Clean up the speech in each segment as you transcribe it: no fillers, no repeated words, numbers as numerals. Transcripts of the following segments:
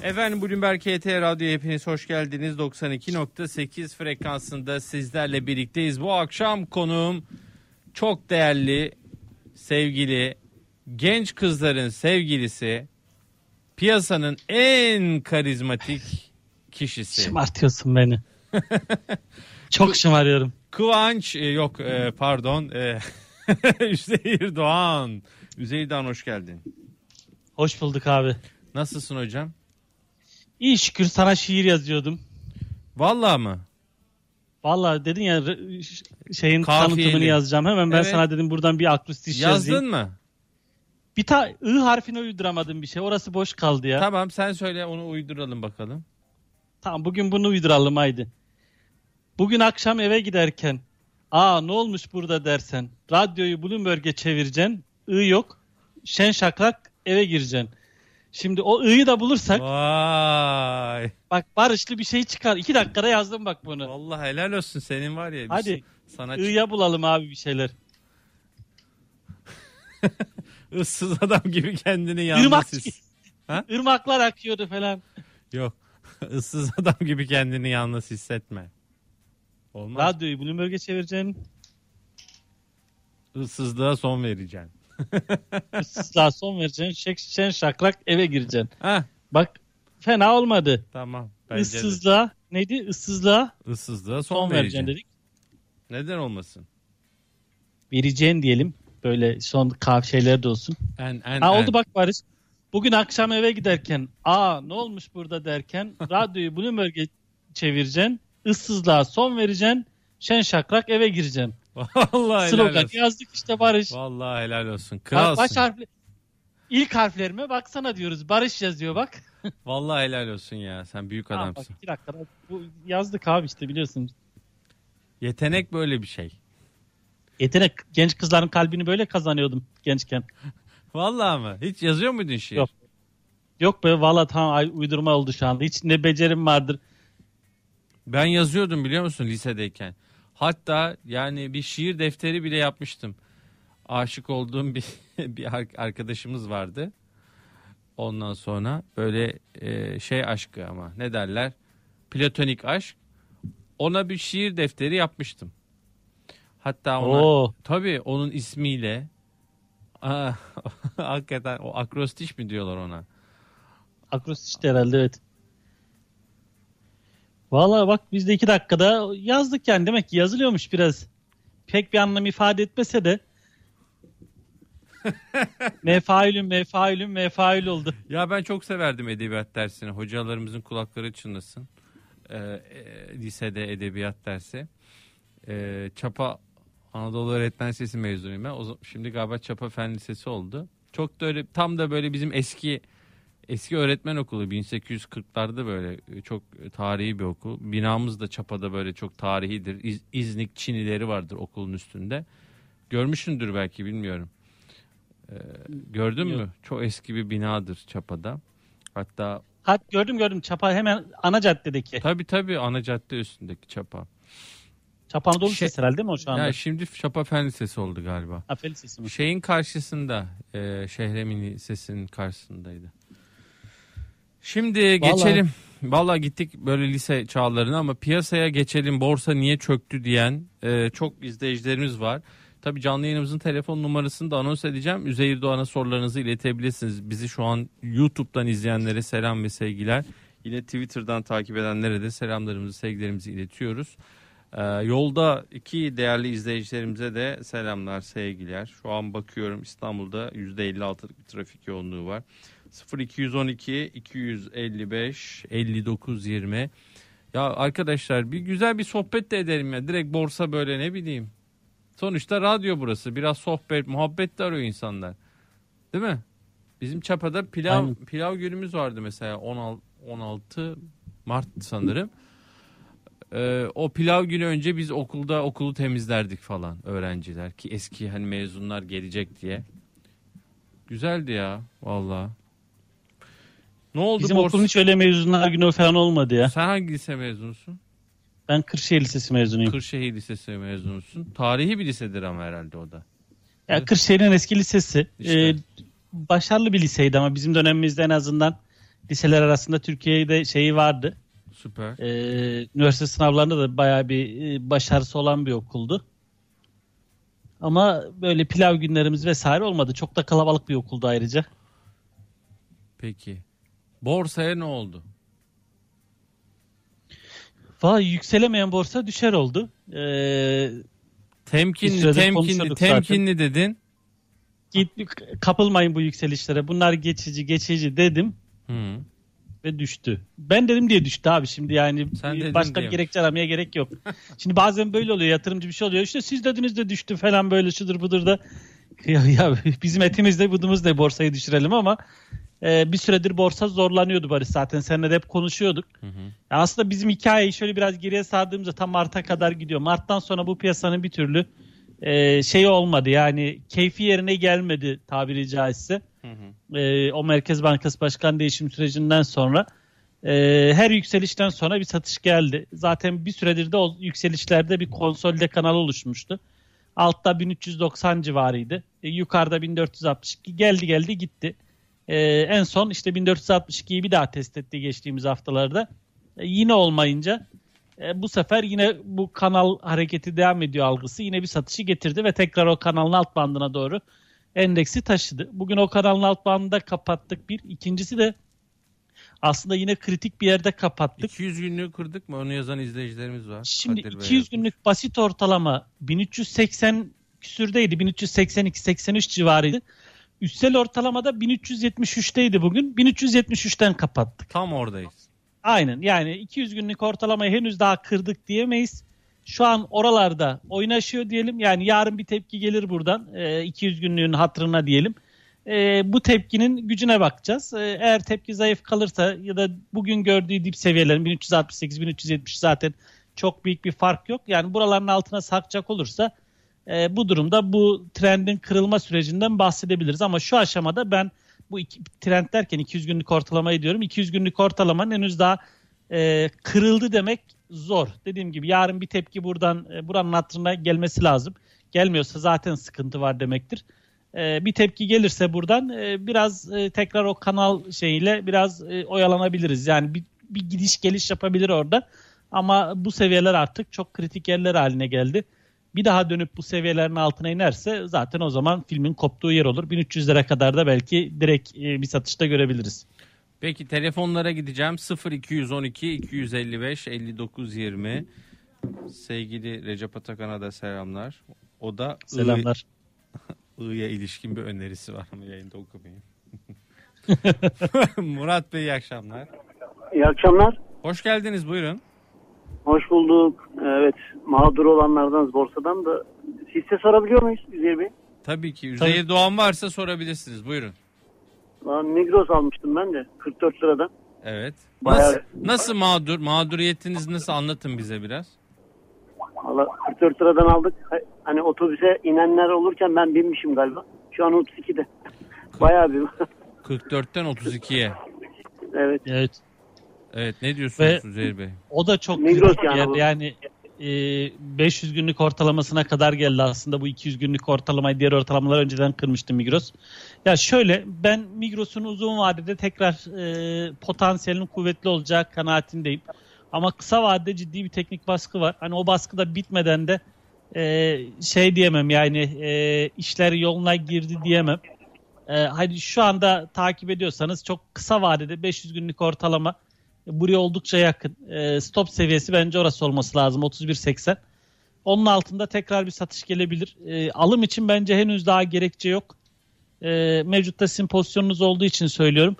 Efendim Bloomberg KT Radyo hepiniz hoş geldiniz. 92.8 frekansında sizlerle birlikteyiz. Bu akşam konuğum çok değerli, sevgili, genç kızların sevgilisi, piyasanın en karizmatik kişisi. Şımartıyorsun beni. Çok şımarıyorum. Kıvanç, pardon, Üzeyir Doğan. Üzeyir Doğan hoş geldin. Hoş bulduk abi. Nasılsın hocam? İyi şükür, sana şiir yazıyordum. Vallahi mı? Vallahi dedin ya şeyin Kafiyeli. tanıtımını yazacağım. Hemen ben Evet. sana dedim buradan bir akrostiş yazayım. Yazdın mı? Bir I harfine uyduramadım bir şey. Orası boş kaldı ya. Tamam sen söyle, onu uyduralım bakalım. Tamam, bugün bunu uyduralım haydi. Bugün akşam eve giderken ne olmuş burada dersen, radyoyu Bloomberg'e çevireceksin. I yok. Şen şakrak eve gireceksin. Şimdi o I'yı da bulursak Vay. bak barışlı bir şey çıkar. 2 dakikada yazdım bak bunu. Vallahi helal olsun, senin var ya. Hadi sana I'ya bulalım abi bir şeyler. ıssız adam gibi kendini yalnız Irmaklar akıyordu falan. Yok. Issız adam gibi kendini yalnız hissetme. Olmaz. Radyoyu Bloomberg'e çevireceksin. Issızlığa son vereceksin. Issızlığa son vereceksin. Şen şakrak eve gireceksin. Heh. Bak fena olmadı. Tamam. Issızlığa neydi? Issızlığa son vereceksin dedik. Neden olmasın? Vereceğin diyelim. Böyle son şeyler de olsun. Oldu bak Barış. Bugün akşam eve giderken ne olmuş burada derken radyoyu Bloomberg'e çevireceksin. Issızlığa son vereceksin. Şen şakrak eve gireceksin. Vallahi slogan helal olsun. yazdık işte Barış. Vallahi helal olsun. Kralsın. Baş harfli. İlk harflerime baksana diyoruz. Barış yazıyor bak. Vallahi helal olsun ya. Sen büyük adamsın. Bak 2 dakikada bu yazdık abi işte biliyorsun. Yetenek böyle bir şey. Yetenek, genç kızların kalbini böyle kazanıyordum gençken. Vallahi mı? Hiç yazıyor muydun şiir? Yok be vallahi tam uydurma oldu şu anda. Hiç ne becerim vardır. Ben yazıyordum biliyor musun lisedeyken. Hatta yani bir şiir defteri bile yapmıştım. Aşık olduğum bir arkadaşımız vardı. Ondan sonra böyle aşkı ama ne derler? Platonik aşk. Ona bir şiir defteri yapmıştım. Hatta tabii onun ismiyle hakikaten o akrostiş mi diyorlar ona? Akrostiş de herhalde evet. Vallahi bak biz de 2 dakikada yazdık yani, demek ki yazılıyormuş biraz. Pek bir anlam ifade etmese de mefailüm oldu. Ya ben çok severdim edebiyat dersini. Hocalarımızın kulakları çınlasın. Lisede edebiyat dersi. Çapa Anadolu Öğretmen Lisesi mezunuyum ben. Şimdi galiba Çapa Fen Lisesi oldu. Çok da öyle, tam da böyle bizim eski öğretmen okulu 1840'larda, böyle çok tarihi bir okul. Binamız da Çapa'da böyle çok tarihidir. İznik çinileri vardır okulun üstünde. Görmüşsündür belki, bilmiyorum. Gördün mü? Çok eski bir binadır Çapa'da. Hatta gördüm Çapa hemen ana caddedeki. Tabii ana cadde üstündeki Çapa. Çapa Anadolu Lisesi herhalde değil mi o şu anda? Ya şimdi Çapa Fen Lisesi oldu galiba. Fen Lisesi mi? Şeyin karşısında, Şehremin Lisesi'nin karşısındaydı. Şimdi geçelim. Vallahi gittik böyle lise çağlarına ama piyasaya geçelim. Borsa niye çöktü diyen çok izleyicilerimiz var. Tabii canlı yayınımızın telefon numarasını da anons edeceğim. Üzeyir Doğan'a sorularınızı iletebilirsiniz. Bizi şu an YouTube'dan izleyenlere selam ve sevgiler. Yine Twitter'dan takip edenlere de selamlarımızı, sevgilerimizi iletiyoruz. Yolda iki değerli izleyicilerimize de selamlar, sevgiler. Şu an bakıyorum İstanbul'da %56'lık bir trafik yoğunluğu var. 0212 255 59 20. Ya arkadaşlar bir güzel bir sohbet de edelim ya. Direkt borsa böyle, ne bileyim. Sonuçta radyo burası. Biraz sohbet, muhabbet de arıyor insanlar. Değil mi? Bizim Çapa'da pilav günümüz vardı mesela 16 Mart sanırım. O pilav günü önce biz okulu temizlerdik falan, öğrenciler ki eski hani mezunlar gelecek diye. Güzeldi ya vallahi. Ne oldu? Bizim okulun hiç öyle mezunlar günü falan olmadı ya. Sen hangi lise mezunusun? Ben Kırşehir Lisesi mezunuyum. Kırşehir Lisesi mezunusun. Tarihi bir lisedir ama herhalde o da. Ya evet. Kırşehir'in eski lisesi. İşte. Başarılı bir liseydi ama bizim dönemimizde en azından liseler arasında Türkiye'de şeyi vardı. Süper. Üniversite sınavlarında da bayağı bir başarısı olan bir okuldu. Ama böyle pilav günlerimiz vesaire olmadı. Çok da kalabalık bir okuldu ayrıca. Peki. Borsaya ne oldu? Vallahi yükselemeyen borsa düşer oldu. Temkinli dedin. Kapılmayın bu yükselişlere. Bunlar geçici dedim. Hı. Ve düştü. Ben dedim diye düştü abi şimdi yani başka bir gerekçe aramaya gerek yok. Şimdi bazen böyle oluyor, yatırımcı bir şey oluyor. İşte siz dediniz de düştü falan böyle şudur budur da. Ya bizim etimizde budumuz da borsayı düşürelim ama bir süredir borsa zorlanıyordu Barış, zaten seninle de hep konuşuyorduk. Hı hı. Aslında bizim hikayeyi şöyle biraz geriye sardığımızda tam Mart'a kadar gidiyor. Mart'tan sonra bu piyasanın bir türlü şey olmadı yani, keyfi yerine gelmedi tabiri caizse. Hı hı. O Merkez Bankası Başkan değişim sürecinden sonra her yükselişten sonra bir satış geldi. Zaten bir süredir de o yükselişlerde bir konsolide kanal oluşmuştu. Altta 1390 civarıydı. Yukarıda 1462 geldi gitti. En son işte 1462'yi bir daha test etti geçtiğimiz haftalarda. Yine olmayınca bu sefer yine bu kanal hareketi devam ediyor algısı. Yine bir satışı getirdi ve tekrar o kanalın alt bandına doğru endeksi taşıdı. Bugün o kanalın alt bandında kapattık bir. İkincisi de aslında yine kritik bir yerde kapattık. 200 günlüğü kırdık mı? Onu yazan izleyicilerimiz var. Şimdi 200 günlük basit ortalama 1380 küsürdeydi. 1382-83 civarıydı. Üstel ortalamada 1373'teydi bugün. 1373'ten kapattık. Tam oradayız. Aynen, yani 200 günlük ortalamayı henüz daha kırdık diyemeyiz. Şu an oralarda oynaşıyor diyelim. Yani yarın bir tepki gelir buradan. 200 günlüğün hatırına diyelim. Bu tepkinin gücüne bakacağız. Eğer tepki zayıf kalırsa ya da bugün gördüğü dip seviyelerin 1368-1370 zaten çok büyük bir fark yok. Yani buraların altına sarkacak olursa bu durumda bu trendin kırılma sürecinden bahsedebiliriz. Ama şu aşamada ben bu trend derken 200 günlük ortalamayı diyorum. 200 günlük ortalamanın henüz daha kırıldı demek zor. Dediğim gibi yarın bir tepki buranın hatırına gelmesi lazım. Gelmiyorsa zaten sıkıntı var demektir. Bir tepki gelirse buradan biraz tekrar o kanal şeyiyle biraz oyalanabiliriz. Yani bir gidiş geliş yapabilir orada. Ama bu seviyeler artık çok kritik yerler haline geldi. Bir daha dönüp bu seviyelerin altına inerse zaten o zaman filmin koptuğu yer olur. 1300'lere kadar da belki direkt bir satışta görebiliriz. Peki telefonlara gideceğim. 0212 255 59 20. Sevgili Recep Atakan'a da selamlar. O da selamlar. I'ya ilişkin bir önerisi var ama yayında okumayayım. Murat Bey, iyi akşamlar. İyi akşamlar. Hoş geldiniz, buyurun. Hoş bulduk. Evet, mağdur olanlardanız borsadan da. Hisse sorabiliyor muyuz Üzeyir Bey? Tabii ki. Üzeyir Doğan varsa sorabilirsiniz, buyurun. Migros almıştım ben de 44 liradan. Evet. Bayağı... Nasıl mağduriyetiniz nasıl, anlatın bize biraz. Valla 44 liradan aldık. Hani otobüse inenler olurken ben binmişim galiba. Şu an 32'de. Bayağı bir. 44'ten 32'ye. Evet. Evet, ne diyorsunuz Üzeyir Bey? O da çok Migros yani 500 günlük ortalamasına kadar geldi aslında. Bu 200 günlük ortalamayı diğer ortalamalar önceden kırmıştı Migros. Ya şöyle, ben Migros'un uzun vadede tekrar potansiyelinin kuvvetli olacağı kanaatindeyim. Ama kısa vadede ciddi bir teknik baskı var. Hani o baskı da bitmeden de şey diyemem yani, işler yoluna girdi diyemem. Hani şu anda takip ediyorsanız çok kısa vadede 500 günlük ortalama buraya oldukça yakın. Stop seviyesi bence orası olması lazım, 31.80. Onun altında tekrar bir satış gelebilir. Alım için bence henüz daha gerekçe yok. Mevcutta sizin pozisyonunuz olduğu için söylüyorum.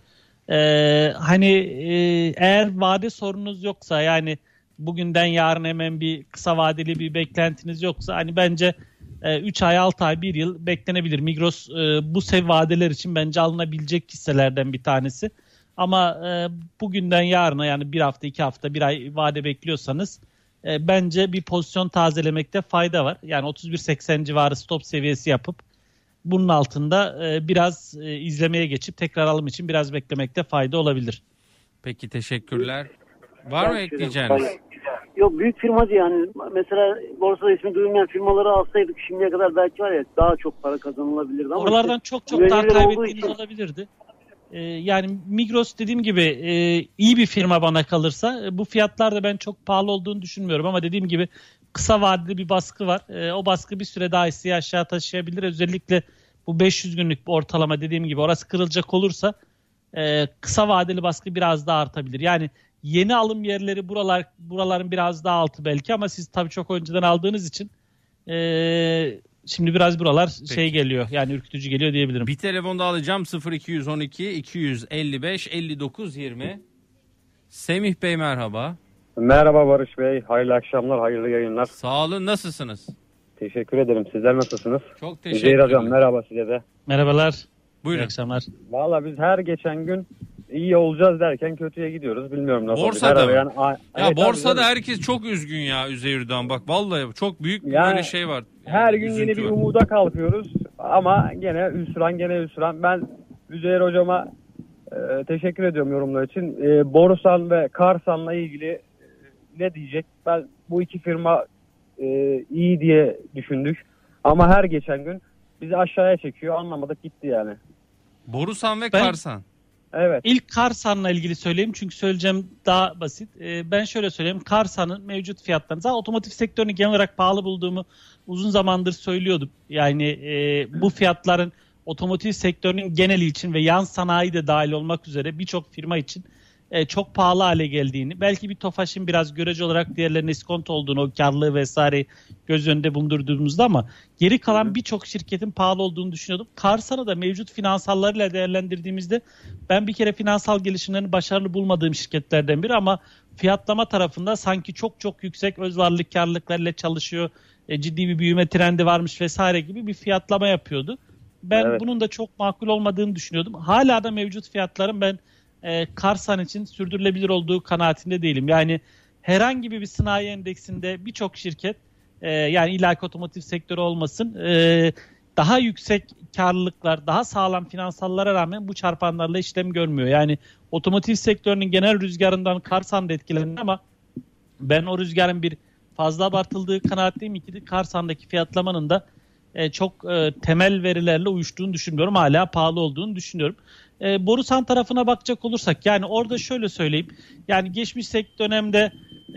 Hani eğer vade sorunuz yoksa, yani bugünden yarın hemen bir kısa vadeli bir beklentiniz yoksa, hani bence 3 ay, 6 ay, 1 yıl beklenebilir. Migros bu vadeler için bence alınabilecek hisselerden bir tanesi. Ama bugünden yarına, yani 1 hafta, 2 hafta, 1 ay vade bekliyorsanız bence bir pozisyon tazelemekte fayda var. Yani 31.80 civarı stop seviyesi yapıp bunun altında biraz izlemeye geçip tekrar alım için biraz beklemekte fayda olabilir. Peki, teşekkürler. Var mı ekleyeceğiniz? Yok, büyük firmacı yani. Mesela borsada ismi duyulmayan firmaları alsaydık şimdiye kadar belki var ya daha çok para kazanılabilirdi. Ama oralardan çok daha kaybettiğiniz olabilirdi. Yani Migros dediğim gibi iyi bir firma bana kalırsa. Bu fiyatlar da ben çok pahalı olduğunu düşünmüyorum ama dediğim gibi kısa vadeli bir baskı var. O baskı bir süre daha isteği aşağı taşıyabilir. Özellikle bu 500 günlük ortalama dediğim gibi orası kırılacak olursa kısa vadeli baskı biraz daha artabilir. Yani yeni alım yerleri buraların biraz daha altı belki ama siz tabii çok önceden aldığınız için şimdi biraz buralar şey geliyor, yani ürkütücü geliyor diyebilirim. Bir telefon da alacağım, 0212 255 59 20. Semih Bey merhaba. Merhaba Barış Bey, hayırlı akşamlar, hayırlı yayınlar. Sağ olun, nasılsınız? Teşekkür ederim, sizler nasılsınız? Çok teşekkür ederim. Hocam merhaba size de. Merhabalar. Buyurun. İyi akşamlar. Valla biz her geçen gün iyi olacağız derken kötüye gidiyoruz, bilmiyorum nasıl. Borsada mı? Ya evet, borsada abi, herkes çok üzgün ya Üzeyir'den, bak vallahi çok büyük yani, böyle şey var. Her gün yeni bir var. umuda kalkıyoruz ama gene hüsran. Ben Üzeyir hocama teşekkür ediyorum yorumlar için. Borusan ve Karsan'la ilgili ne diyecek? Ben bu iki firma iyi diye düşündük ama her geçen gün bizi aşağıya çekiyor, anlamadık gitti yani. Borusan ve Karsan. Evet. İlk Karsan'la ilgili söyleyeyim çünkü söyleyeceğim daha basit. Ben şöyle söyleyeyim. Karsan'ın mevcut fiyatlarını, zaten otomotiv sektörünü genel olarak pahalı bulduğumu uzun zamandır söylüyordum. Yani bu fiyatların otomotiv sektörünün geneli için ve yan sanayi de dahil olmak üzere birçok firma için çok pahalı hale geldiğini, belki bir Tofaş'ın biraz görece olarak diğerlerine iskonto olduğunu, o karlılığı vesaire göz önünde bulundurduğumuzda, ama geri kalan birçok şirketin pahalı olduğunu düşünüyordum. Karsan'ı da mevcut finansallarıyla değerlendirdiğimizde ben bir kere finansal gelişimlerini başarılı bulmadığım şirketlerden biri, ama fiyatlama tarafında sanki çok çok yüksek öz varlık karlılıklarıyla çalışıyor, ciddi bir büyüme trendi varmış vesaire gibi bir fiyatlama yapıyordu. Ben bunun da çok makul olmadığını düşünüyordum. Hala da mevcut fiyatların ben Karsan için sürdürülebilir olduğu kanaatinde değilim. Yani herhangi bir sanayi endeksinde birçok şirket, yani illaki otomotiv sektörü olmasın, daha yüksek karlılıklar, daha sağlam finansallara rağmen bu çarpanlarla işlem görmüyor. Yani otomotiv sektörünün genel rüzgarından Karsan da etkilendi ama ben o rüzgarın bir fazla abartıldığı kanaatteyim ki Karsan'daki fiyatlamanın da çok temel verilerle uyuştuğunu düşünmüyorum. Hala pahalı olduğunu düşünüyorum. Borusan tarafına bakacak olursak, yani orada şöyle söyleyeyim. Yani geçmiş dönemde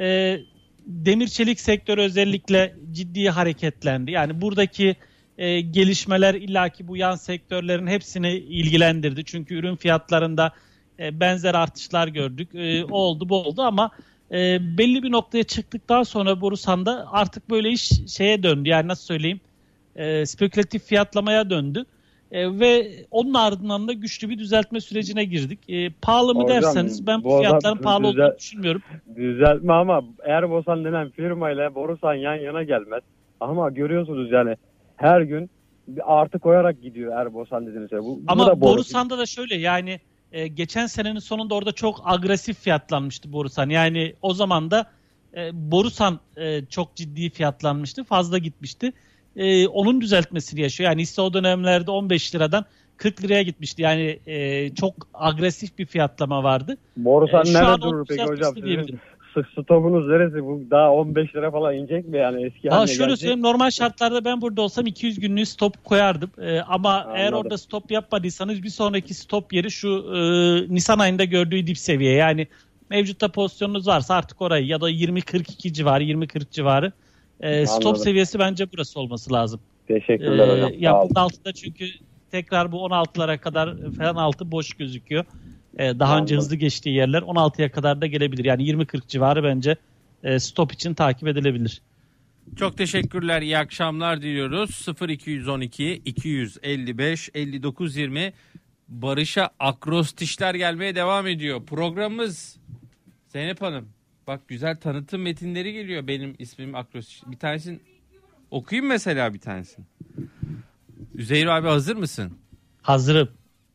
demir çelik sektörü özellikle ciddi hareketlendi. Yani buradaki gelişmeler illaki bu yan sektörlerin hepsini ilgilendirdi. Çünkü ürün fiyatlarında benzer artışlar gördük. O oldu bu oldu ama belli bir noktaya çıktıktan sonra Borusan'da artık böyle iş şeye döndü. Yani nasıl söyleyeyim? Spekülatif fiyatlamaya döndü. Ve onun ardından da güçlü bir düzeltme sürecine girdik. Pahalı mı derseniz ben bu fiyatların pahalı olduğunu düşünmüyorum. Düzeltme ama Erbosan denen firmayla Borusan yan yana gelmez. Ama görüyorsunuz yani her gün bir artı koyarak gidiyor Erbosan dediğiniz şey. Ama Borusan'da da şöyle, yani geçen senenin sonunda orada çok agresif fiyatlanmıştı Borusan. Yani o zaman da Borusan çok ciddi fiyatlanmıştı. Fazla gitmişti. Onun düzeltmesini yaşıyor. Yani hisse o dönemlerde 15 liradan 40 liraya gitmişti. Yani çok agresif bir fiyatlama vardı. Borusan nerede durur peki hocam? Stopunuz neresi? Bu daha 15 lira falan inecek mi yani eski haline şöyle gelecek? söyleyeyim, normal şartlarda ben burada olsam 200 günlüğü stop koyardım. Ama Anladım. Eğer orada stop yapmadıysanız bir sonraki stop yeri şu Nisan ayında gördüğü dip seviye. Yani mevcutta pozisyonunuz varsa artık orayı, ya da 20-42 civarı, 20-40 civarı stop seviyesi bence burası olması lazım. Teşekkürler hocam. Ya bunun altında çünkü tekrar bu 16'lara kadar falan altı boş gözüküyor. Daha önce hızlı geçtiği yerler 16'ya kadar da gelebilir. Yani 20-40 civarı bence stop için takip edilebilir. Çok teşekkürler. İyi akşamlar diliyoruz. 0212 255 59 20. Barış'a akrostişler gelmeye devam ediyor. Programımız Zeynep Hanım. Bak güzel tanıtım metinleri geliyor. Benim ismim akrostiş. Bir tanesini okuyayım mesela, bir tanesini. Üzeyir abi hazır mısın? Hazırım.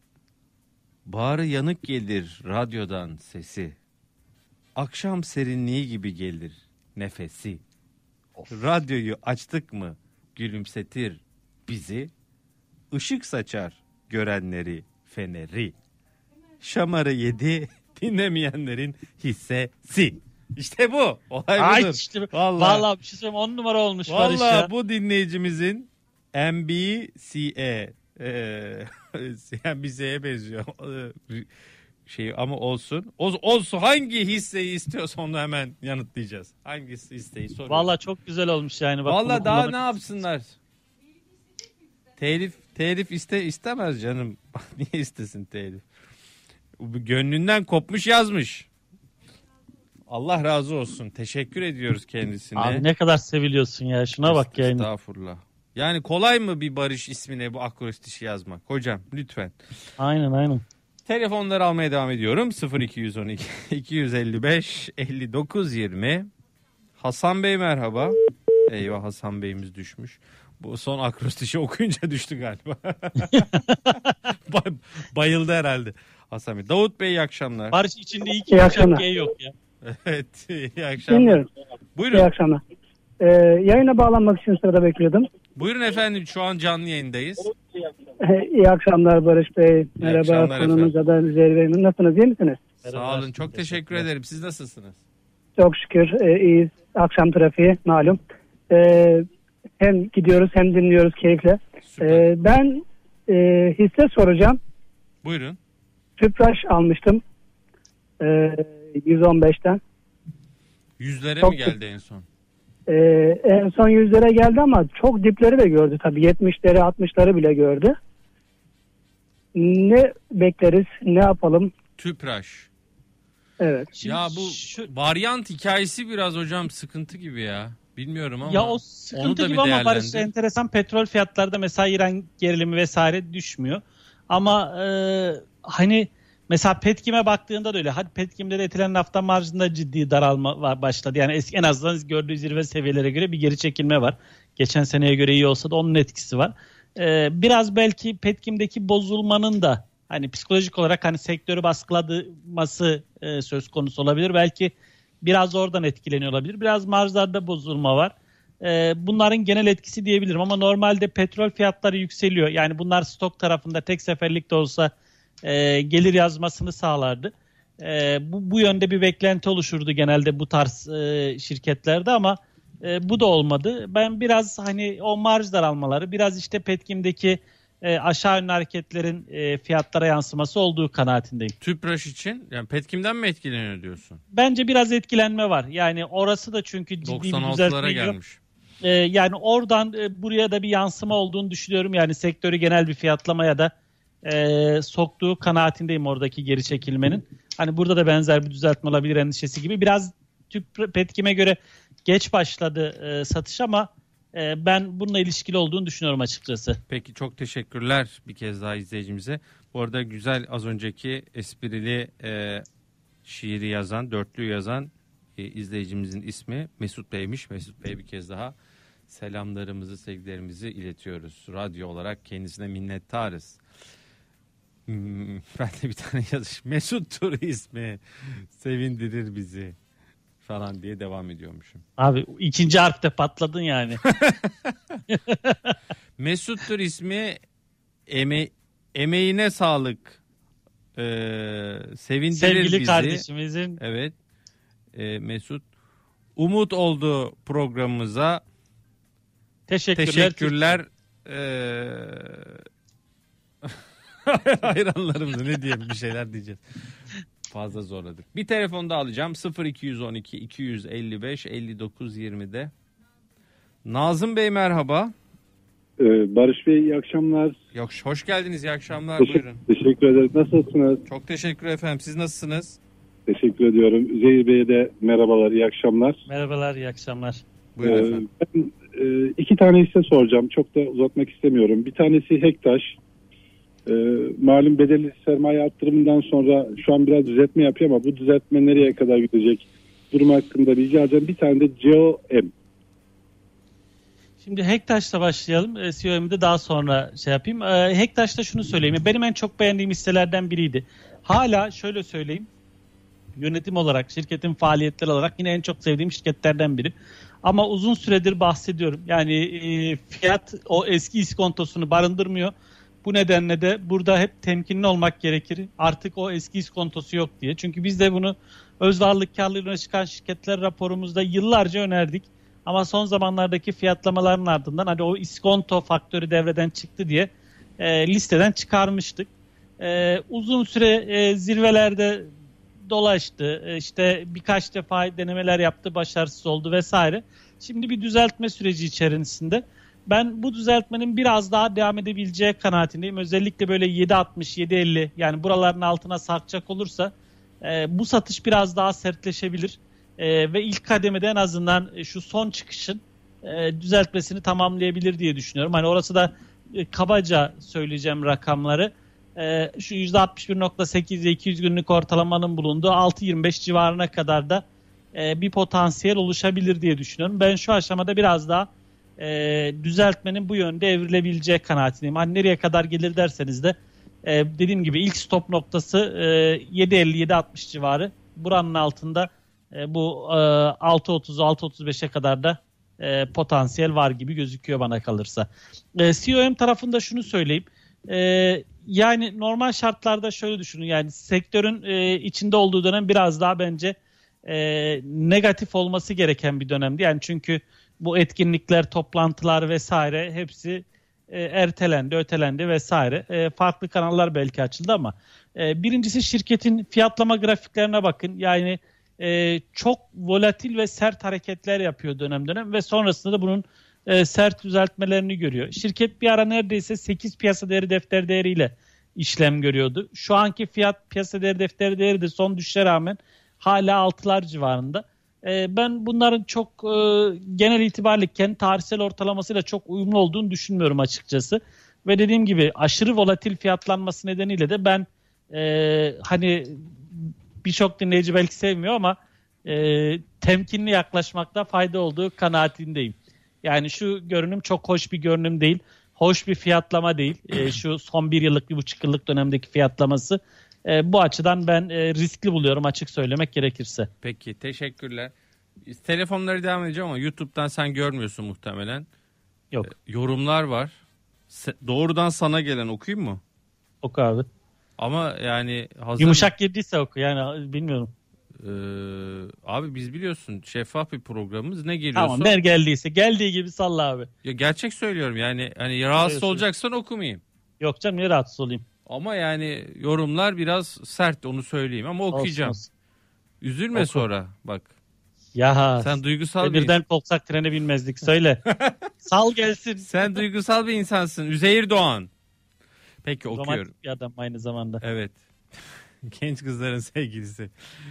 Bağrı yanık gelir radyodan sesi. Akşam serinliği gibi gelir nefesi. Radyoyu açtık mı gülümsetir bizi. Işık saçar görenleri feneri. Şamarı yedi dinlemeyenlerin hissesi. İşte bu. Olay budur. İşte, vallahi bir şey söyleyeyim, 10 numara olmuş Barış ya. Vallahi bu dinleyicimizin MBCE Yani bir Z'ye benziyor. Ama olsun. Olsun, hangi hisseyi istiyorsa onu hemen yanıtlayacağız. Hangi hisseyi soruyoruz. Valla çok güzel olmuş yani. Valla daha ne yapsınlar? Telif istemez canım. Niye istesin telif? Gönlünden kopmuş yazmış. Allah razı olsun. Teşekkür ediyoruz kendisine. Abi ne kadar seviliyorsun ya. Şuna bak yani. Estağfurullah. Yani kolay mı bir Barış ismine bu akrostişi yazmak? Hocam lütfen. Aynen. Telefonları almaya devam ediyorum. 0212 255 59 20. Hasan Bey merhaba. Eyvah, Hasan Bey'imiz düşmüş. Bu son akrostişi okuyunca düştü galiba. Bayıldı herhalde Hasan Bey. Davut Bey iyi akşamlar. Barış içinde iyi akşamlar. G yok ya. Evet, iyi akşamlar. Dinliyorum. Buyurun. İyi akşamlar. Yayına bağlanmak için sırada bekliyordum. Buyurun efendim, şu an canlı yayındayız. İyi akşamlar Barış Bey. Merhaba, konunuza da Üzeyir Bey. Nasılsınız, iyi misiniz? Sağ olun, çok teşekkür ederim. Siz nasılsınız? Çok şükür iyiyiz. Akşam trafiği malum. Hem gidiyoruz hem dinliyoruz keyifle. Ben hisse soracağım. Buyurun. Tüpraş almıştım. 115'ten. 100'lere mi geldi en son? En son 100'lere geldi ama çok dipleri de gördü tabii. 70'leri 60'ları bile gördü. Ne bekleriz? Ne yapalım? Tüpraş. Evet. Şimdi ya bu varyant hikayesi biraz hocam sıkıntı gibi ya. Bilmiyorum ama. Ya o sıkıntı gibi ama Barış, enteresan, petrol fiyatları da mesela İran gerilimi vesaire düşmüyor. Ama hani mesela Petkim'e baktığında da öyle. Hadi Petkim'de de etilen nafta marjında ciddi daralma başladı. Yani en azından gördüğü zirve seviyelere göre bir geri çekilme var. Geçen seneye göre iyi olsa da onun etkisi var. Biraz belki Petkim'deki bozulmanın da hani psikolojik olarak hani sektörü baskılaması söz konusu olabilir. Belki biraz oradan etkileniyor olabilir. Biraz marjlarda bozulma var. Bunların genel etkisi diyebilirim ama normalde petrol fiyatları yükseliyor. Yani bunlar stok tarafında tek seferlik de olsa gelir yazmasını sağlardı. Bu yönde bir beklenti oluşurdu genelde bu tarz şirketlerde ama bu da olmadı. Ben biraz hani o marj daralmaları, biraz işte Petkim'deki aşağı yönlü hareketlerin fiyatlara yansıması olduğu kanaatindeyim. Tüpraş için yani Petkim'den mi etkileniyor diyorsun? Bence biraz etkilenme var. Yani orası da çünkü ciddi bir düzeltme gelmiş. Yani oradan buraya da bir yansıma olduğunu düşünüyorum. Yani sektörü genel bir fiyatlamaya da soktuğu kanaatindeyim oradaki geri çekilmenin. Hani burada da benzer bir düzeltme olabilir endişesi gibi. Biraz Petkim'e göre geç başladı satış ama ben bununla ilişkili olduğunu düşünüyorum açıkçası. Peki, çok teşekkürler bir kez daha izleyicimize. Bu arada güzel, az önceki esprili şiiri yazan, dörtlüğü yazan izleyicimizin ismi Mesut Bey'miş. Mesut Bey, bir kez daha selamlarımızı, sevgilerimizi iletiyoruz. Radyo olarak kendisine minnettarız. Ben de bir tane yazış. Mesut'tur ismi. Sevindirir bizi falan diye devam ediyormuşum. Abi ikinci harfte patladın yani. Mesut'tur ismi. Emeğine sağlık. Sevindirir sevgili bizi. Kardeşimizin. Evet. Mesut. Umut oldu programımıza. Teşekkürler. Hayranlarımız ne diyelim, bir şeyler diyeceğiz. Fazla zorladık. Bir telefon da alacağım. 0212 255 59 20'de. Nazım Bey merhaba. Barış Bey iyi akşamlar. Hoş geldiniz, iyi akşamlar. Buyurun. Teşekkür ederim. Nasılsınız? Çok teşekkür efendim. Siz nasılsınız? Teşekkür ediyorum. Üzeyir Bey'e de merhabalar, iyi akşamlar. Merhabalar, iyi akşamlar. Buyurun efendim. Ben iki tane hisse soracağım. Çok da uzatmak istemiyorum. Bir tanesi Hektaş. Malum bedelli sermaye arttırımından sonra şu an biraz düzeltme yapıyor ama bu düzeltme nereye kadar gidecek? Durum hakkında bilgi alacağım. Bir tane de COM. Şimdi Hektaş'la başlayalım. COM'de daha sonra şey yapayım. Hektaş'ta şunu söyleyeyim. Benim en çok beğendiğim hisselerden biriydi. Hala şöyle söyleyeyim. Yönetim olarak, şirketin faaliyetleri olarak yine en çok sevdiğim şirketlerden biri. Ama uzun süredir bahsediyorum. Yani fiyat o eski iskontosunu barındırmıyor. Bu nedenle de burada hep temkinli olmak gerekir. Artık o eski iskontosu yok diye. Çünkü biz de bunu öz varlık karlılığına çıkan şirketler raporumuzda yıllarca önerdik. Ama son zamanlardaki fiyatlamaların ardından hani o iskonto faktörü devreden çıktı diye listeden çıkarmıştık. Uzun süre zirvelerde dolaştı. İşte birkaç defa denemeler yaptı, başarısız oldu vesaire. Şimdi bir düzeltme süreci içerisinde. Ben bu düzeltmenin biraz daha devam edebileceği kanaatindeyim. Özellikle böyle 7.60, 7.50 yani buraların altına sarkacak olursa bu satış biraz daha sertleşebilir. Ve ilk kademede en azından şu son çıkışın düzeltmesini tamamlayabilir diye düşünüyorum. Hani orası da kabaca söyleyeceğim rakamları. Şu %61.8 ile 200 günlük ortalamanın bulunduğu 6.25 civarına kadar da bir potansiyel oluşabilir diye düşünüyorum. Ben şu aşamada biraz daha düzeltmenin bu yönde evrilebileceği kanaatindeyim. Hani nereye kadar gelir derseniz de dediğim gibi ilk stop noktası 7.50-7.60 civarı. Buranın altında bu 6.30-6.35'e kadar da potansiyel var gibi gözüküyor bana kalırsa. COM tarafında şunu söyleyeyim. Yani normal şartlarda şöyle düşünün. Yani sektörün içinde olduğu dönem biraz daha bence negatif olması gereken bir dönemdi. Yani çünkü bu etkinlikler, toplantılar vesaire hepsi ertelendi, ötelendi vesaire. Farklı kanallar belki açıldı ama birincisi şirketin fiyatlama grafiklerine bakın. Yani çok volatil ve sert hareketler yapıyor dönem dönem ve sonrasında da bunun sert düzeltmelerini görüyor. Şirket bir ara neredeyse 8 piyasa değeri defter değeriyle işlem görüyordu. Şu anki fiyat piyasa değeri defter değeri de son düşüşe rağmen hala 6'lar civarında. Ben bunların çok genel itibariyle kendi tarihsel ortalamasıyla çok uyumlu olduğunu düşünmüyorum açıkçası. Ve dediğim gibi aşırı volatil fiyatlanması nedeniyle de ben hani birçok dinleyici belki sevmiyor ama temkinli yaklaşmakta fayda olduğu kanaatindeyim. Yani şu görünüm çok hoş bir görünüm değil. Hoş bir fiyatlama değil. Şu son 1 yıllık, 1,5 yıllık dönemdeki fiyatlaması. Bu açıdan ben riskli buluyorum açık söylemek gerekirse. Peki teşekkürler. Telefonları devam edeceğim ama YouTube'dan sen görmüyorsun muhtemelen. Yok. Yorumlar var. Doğrudan sana gelen okuyayım mı? Oku abi. Ama yani hazır... Yumuşak girdiyse oku yani bilmiyorum. Abi biz biliyorsun şeffaf bir programımız, ne geliyorsa. Tamam der geldiyse geldiği gibi salla abi. Ya gerçek söylüyorum yani hani rahatsız olacaksan okumayayım. Yok canım niye rahatsız olayım. Ama yani yorumlar biraz sert, onu söyleyeyim ama okuyacağım. Olsun. Üzülme oku. Sonra bak. Ya sen duygusal birden korksak trene binmezdik söyle. Sal gelsin. Sen duygusal bir insansın. Üzeyir Doğan. Peki okuyorum. Romantik bir adam aynı zamanda. Evet. Genç kızların sevgilisi.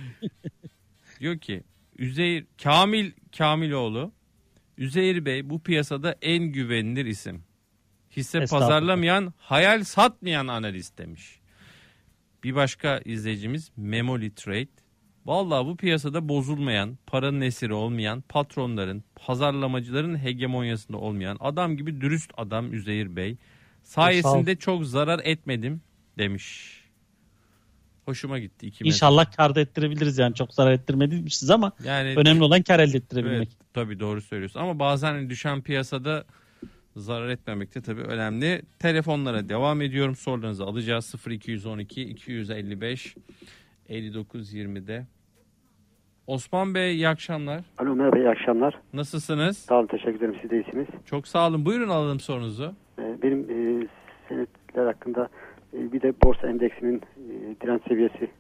Diyor ki Üzeyir Kamiloğlu, Üzeyir Bey bu piyasada en güvenilir isim. Hisse pazarlamayan, hayal satmayan analist demiş. Bir başka izleyicimiz Memoli Trade. Vallahi bu piyasada bozulmayan, paranın esiri olmayan, patronların, pazarlamacıların hegemonyasında olmayan adam gibi dürüst adam Üzeyir Bey. Sayesinde çok zarar etmedim demiş. Hoşuma gitti. İnşallah kar da ettirebiliriz yani. Çok zarar ettirmemişiz ama yani, önemli olan kar elde ettirebilmek. Evet, tabii doğru söylüyorsun. Ama bazen düşen piyasada zarar etmemek de tabii önemli. Telefonlara devam ediyorum. Sorularınızı alacağız. 0212 255 59 20'de. Osman Bey iyi akşamlar. Alo merhaba, iyi akşamlar. Nasılsınız? Sağ olun, teşekkür ederim. Siz de iyisiniz. Çok sağ olun. Buyurun alalım sorunuzu. Benim senetler hakkında bir de borsa endeksinin direnç seviyesi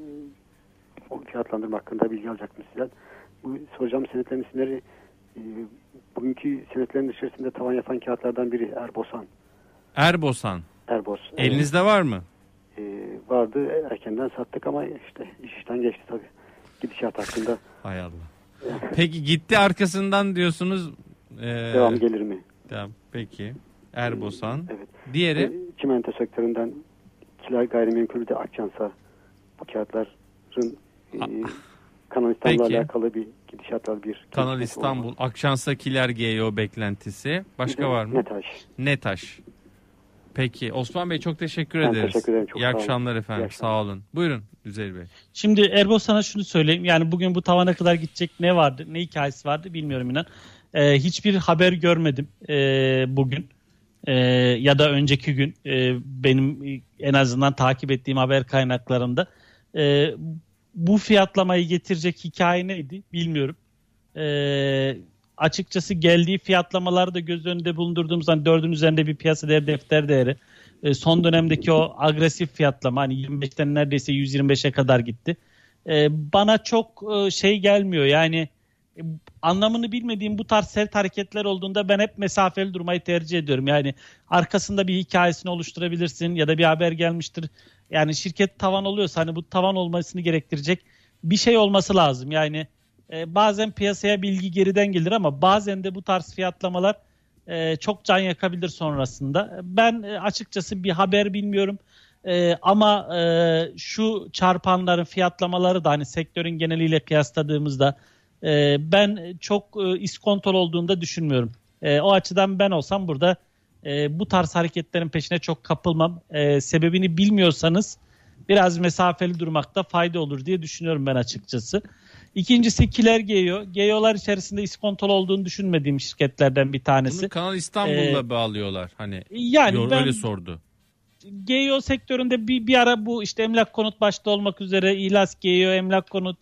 o fiyatlandırma hakkında bilgi alacaktım sizden. Bu soracağım senetlerin isimleri bugünkü senetlerin içerisinde tavan yapan kağıtlardan biri Erbosan. Elinizde var mı? Vardı. Erkenden sattık ama işte işten geçti tabii. Gidişat hakkında. Hay Allah. Peki gitti arkasından diyorsunuz. Devam gelir mi? Tamam. Peki. Erbosan. Evet. Diğeri? Çimento sektöründen Kiler Gayrimenkul bir de Akçansa, bu kağıtların Kanal İstanbul'la alakalı bir gidişat var. Kanal İstanbul, Akçansa Kiler GEO beklentisi. Başka var mı? Netaş. Peki Osman Bey çok teşekkür ederiz. Teşekkür ederim. Çok İyi akşamlar efendim. Sağ olun. Buyurun Üzeyir Bey. Şimdi Erbosan'a şunu söyleyeyim. Yani bugün bu tavana kadar gidecek ne vardı? Ne hikayesi vardı bilmiyorum inan. Hiçbir haber görmedim bugün. Ya da önceki gün benim en azından takip ettiğim haber kaynaklarında bu fiyatlamayı getirecek hikaye neydi bilmiyorum. Açıkçası geldiği fiyatlamaları da göz önünde bulundurduğumuz 4'ün üzerinde bir piyasa değeri defter değeri son dönemdeki o agresif fiyatlama hani 25'ten neredeyse 125'e kadar gitti. Bana çok şey gelmiyor yani anlamını bilmediğim bu tarz sert hareketler olduğunda ben hep mesafeli durmayı tercih ediyorum. Yani arkasında bir hikayesini oluşturabilirsin ya da bir haber gelmiştir. Yani şirket tavan oluyorsa hani bu tavan olmasını gerektirecek bir şey olması lazım. Yani bazen piyasaya bilgi geriden gelir ama bazen de bu tarz fiyatlamalar çok can yakabilir sonrasında. Ben açıkçası bir haber bilmiyorum. Ama şu çarpanların fiyatlamaları da hani sektörün geneliyle kıyasladığımızda ben çok iskontol olduğunu da düşünmüyorum. O açıdan ben olsam burada bu tarz hareketlerin peşine çok kapılmam. Sebebini bilmiyorsanız biraz mesafeli durmakta fayda olur diye düşünüyorum ben açıkçası. İkincisi Kiler Geo. Geo'lar içerisinde iskontol olduğunu düşünmediğim şirketlerden bir tanesi. Bunu Kanal İstanbul'la bağlıyorlar. Hani yani öyle sordu. Geo sektöründe bir ara bu işte emlak konut başta olmak üzere İhlas Geo, emlak konut